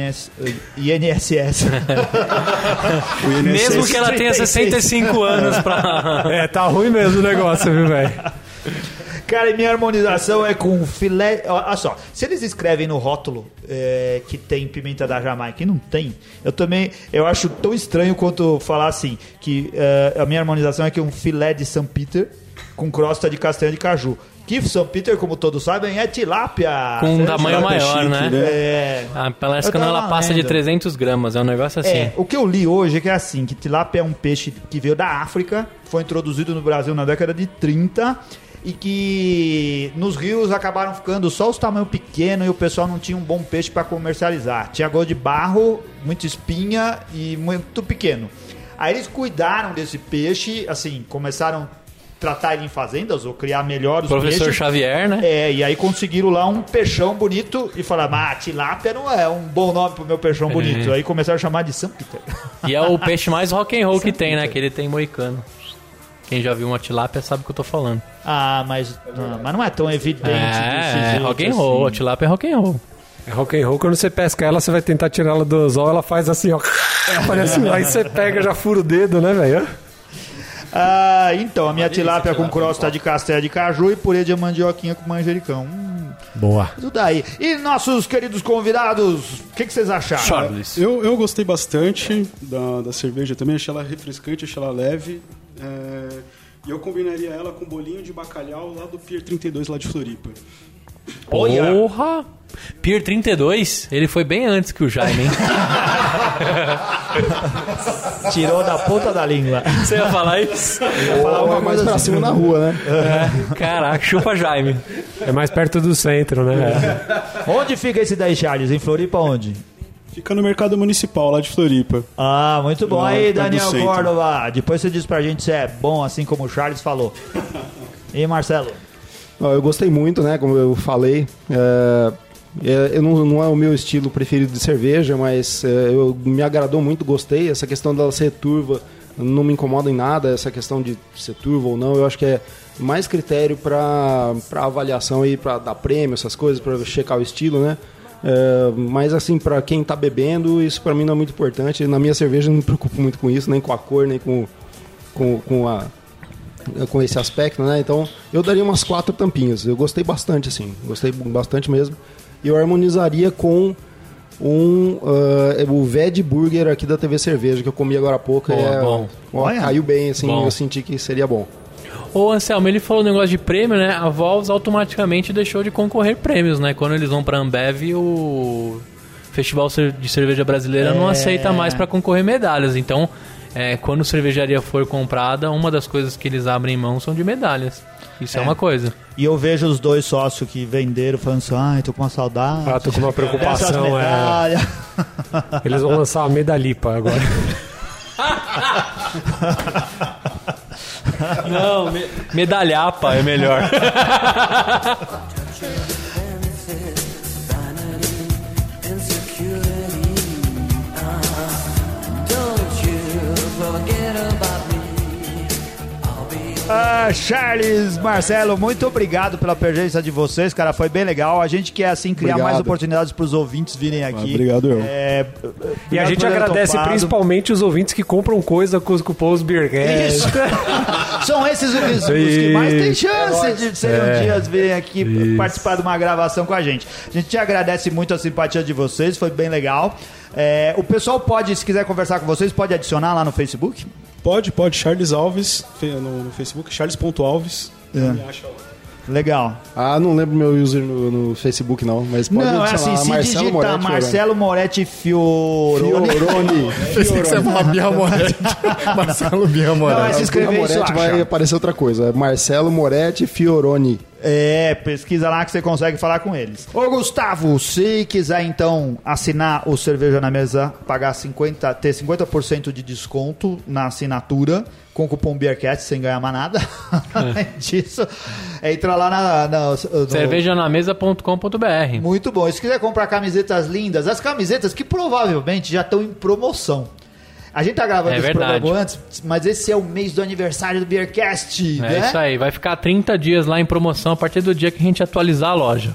INSS. Mesmo que ela tenha 65 anos pra... Tá ruim mesmo o negócio, viu, velho? Cara, e minha harmonização é com filé... Olha só, se eles escrevem no rótulo que tem pimenta da Jamaica e não tem, eu acho tão estranho quanto falar assim, que a minha harmonização é que um filé de São Peter com crosta de castanha de caju. Que São Peter, como todos sabem, é tilápia. Com um tamanho maior, chique, né? Parece que Eu quando tava ela passa de lendo. 300 gramas, é um negócio assim. O que eu li hoje é que é assim, que tilápia é um peixe que veio da África, foi introduzido no Brasil na década de 30 e que nos rios acabaram ficando só os tamanhos pequenos e o pessoal não tinha um bom peixe para comercializar. Tinha gosto de barro, muita espinha e muito pequeno. Aí eles cuidaram desse peixe, assim, começaram a tratar ele em fazendas ou criar melhor os Professor peixes. Xavier, né? E aí conseguiram lá um peixão bonito e falaram, tilápia não é um bom nome pro meu peixão bonito. Aí começaram a chamar de São Peter. E é o peixe mais rock and roll que tem, né? Que ele tem moicano. Quem já viu uma tilápia sabe o que eu tô falando. Mas não é tão evidente desse É jeito, rock and roll. A assim. tilápia é rock and roll. É rock and roll, quando você pesca ela, você vai tentar tirar ela do anzol, ela faz assim, ó. Parece, aí você pega, já fura o dedo, né, velho? Então, a minha tilápia com crosta de castanha de caju e purê de mandioquinha com manjericão. Boa. Tudo aí. E nossos queridos convidados, o que vocês acharam? Charles. Eu gostei bastante da cerveja também, achei ela refrescante, achei ela leve. E eu combinaria ela com bolinho de bacalhau lá do Pier 32, lá de Floripa. Olha! Porra! Pier 32, ele foi bem antes que o Jaime, hein? Tirou da ponta da língua. Você ia falar isso? Ou mais pra cima na rua, né? Caraca, chupa Jaime. É mais perto do centro, né? Onde fica esse daí, Charles? Em Floripa, onde? Fica no mercado municipal lá de Floripa. Ah, muito bom. Lá Aí, perto do Daniel centro. Córdova, depois você diz pra gente se é bom, assim como o Charles falou. E Marcelo? Ó, eu gostei muito, né? Como eu falei. Eu não é o meu estilo preferido de cerveja, mas me agradou muito, gostei. Essa questão dela ser turva não me incomoda em nada. Essa questão de ser turva ou não, eu acho que é mais critério para avaliação aí, para dar prêmio, essas coisas, para checar o estilo, né? Mas assim, para quem tá bebendo, isso para mim não é muito importante. Na minha cerveja eu não me preocupo muito com isso, nem com a cor, nem com esse aspecto, né? Então eu daria umas 4 tampinhas. Eu gostei bastante, assim, gostei bastante mesmo. E eu harmonizaria com o Veg Burger aqui da TV Cerveja, que eu comi agora há pouco. Bom. Caiu bem, assim, Bom. eu senti que seria bom. Ô Anselmo, ele falou um negócio de prêmio, né? A Volves automaticamente deixou de concorrer prêmios, né? Quando eles vão pra Ambev, o Festival de Cerveja Brasileira não aceita mais pra concorrer medalhas. Então, quando cervejaria for comprada, uma das coisas que eles abrem mão são de medalhas. Isso é uma coisa. E eu vejo os dois sócios que venderam falando assim, ai, tô com uma saudade. Ah, tô com uma dessas preocupação. medalhas. Eles vão lançar a Medalipa agora. Não, medalhapa é melhor. Charles, Marcelo, muito obrigado pela presença de vocês, cara, foi bem legal. A gente quer, assim, criar mais oportunidades para os ouvintes virem aqui. Obrigado, eu. E a gente agradece principalmente os ouvintes que compram coisa com os cupons Beercast. Isso. São esses os que mais têm chance de serem um dia virem aqui participar de uma gravação com a gente. A gente te agradece muito a simpatia de vocês, foi bem legal. O pessoal pode, se quiser conversar com vocês, pode adicionar lá no Facebook? Pode. Charles Alves, no Facebook, charles.alves. Me acha lá. Legal. Ah, não lembro meu user no Facebook, não, mas pode Não, é assim, se Marcelo digitar Moretti, Marcelo Moretti Fioroni. Pensei que você ia falar Bia Moretti. Marcelo Bia Não, Moretti. é se escrever isso, Moretti vai acha. aparecer outra coisa. É Marcelo Moretti Fioroni. Pesquisa lá que você consegue falar com eles. Ô Gustavo, se quiser então assinar o Cerveja na Mesa, pagar ter 50% de desconto na assinatura com o cupom Beercast sem ganhar mais nada. Além disso, entra lá no cervejanamesa.com.br. Muito bom. E se quiser comprar camisetas lindas, as camisetas que provavelmente já estão em promoção. A gente tá gravando esse programa antes, mas esse é o mês do aniversário do Beercast, né? É isso aí, vai ficar 30 dias lá em promoção a partir do dia que a gente atualizar a loja.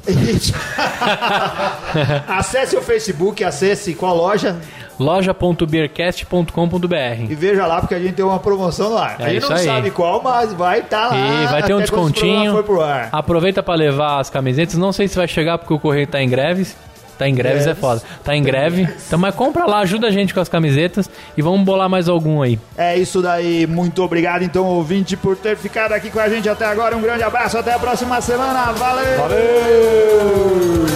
Acesse o Facebook, acesse qual loja? loja.beercast.com.br. E veja lá, porque a gente tem uma promoção no ar. É a gente isso não aí. sabe qual, mas vai estar lá. E vai ter um até quando esse programa descontinho. for pro ar. Aproveita pra levar as camisetas. Não sei se vai chegar porque o correio tá em greves. Tá em greves é foda. Tá em greve. Então, mas compra lá, ajuda a gente com as camisetas e vamos bolar mais algum aí. É isso daí. Muito obrigado, então, ouvinte, por ter ficado aqui com a gente até agora. Um grande abraço. Até a próxima semana. Valeu!